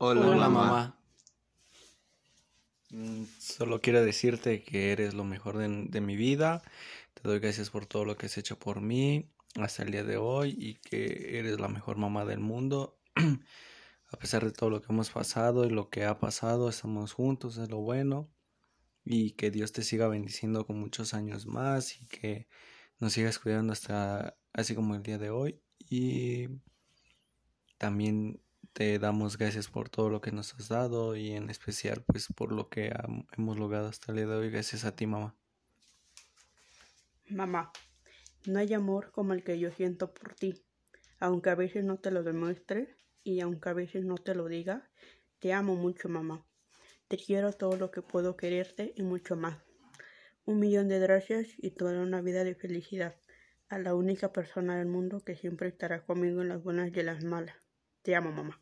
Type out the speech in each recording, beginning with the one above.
Hola, Hola mamá. mamá. Solo quiero decirte que eres lo mejor de mi vida. Te doy gracias por todo lo que has hecho por mí hasta el día de hoy y que eres la mejor mamá del mundo. A pesar de todo lo que hemos pasado y lo que ha pasado, estamos juntos, es lo bueno. Y que Dios te siga bendiciendo con muchos años más y que nos sigas cuidando hasta así como el día de hoy. Y también te damos gracias por todo lo que nos has dado y en especial pues por lo que hemos logrado hasta el día de hoy. Gracias a ti, mamá. Mamá, no hay amor como el que yo siento por ti. Aunque a veces no te lo demuestre y aunque a veces no te lo diga, te amo mucho, mamá. Te quiero todo lo que puedo quererte y mucho más. 1 millón de gracias y toda una vida de felicidad. A la única persona del mundo que siempre estará conmigo en las buenas y en las malas. Te amo, mamá.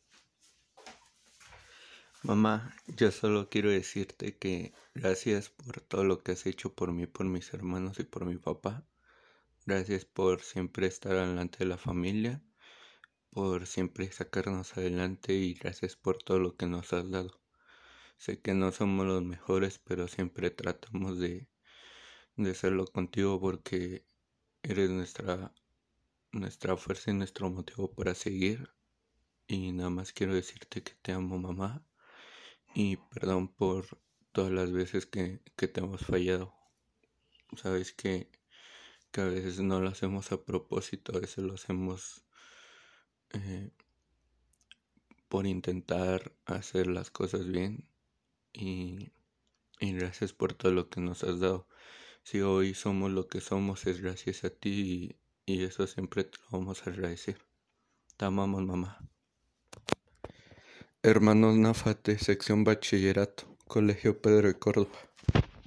Mamá, yo solo quiero decirte que gracias por todo lo que has hecho por mí, por mis hermanos y por mi papá. Gracias por siempre estar adelante de la familia, por siempre sacarnos adelante y gracias por todo lo que nos has dado. Sé que no somos los mejores, pero siempre tratamos de serlo contigo porque eres nuestra fuerza y nuestro motivo para seguir. Y nada más quiero decirte que te amo, mamá. Y perdón por todas las veces que te hemos fallado. Sabes que a veces no lo hacemos a propósito, a veces lo hacemos eh, por intentar hacer las cosas bien. Y, y gracias por todo lo que nos has dado. Si hoy somos lo que somos es gracias a ti y eso siempre te lo vamos a agradecer. Te amamos, mamá. Hermanos Náfate, sección bachillerato, Colegio Pedro de Córdoba.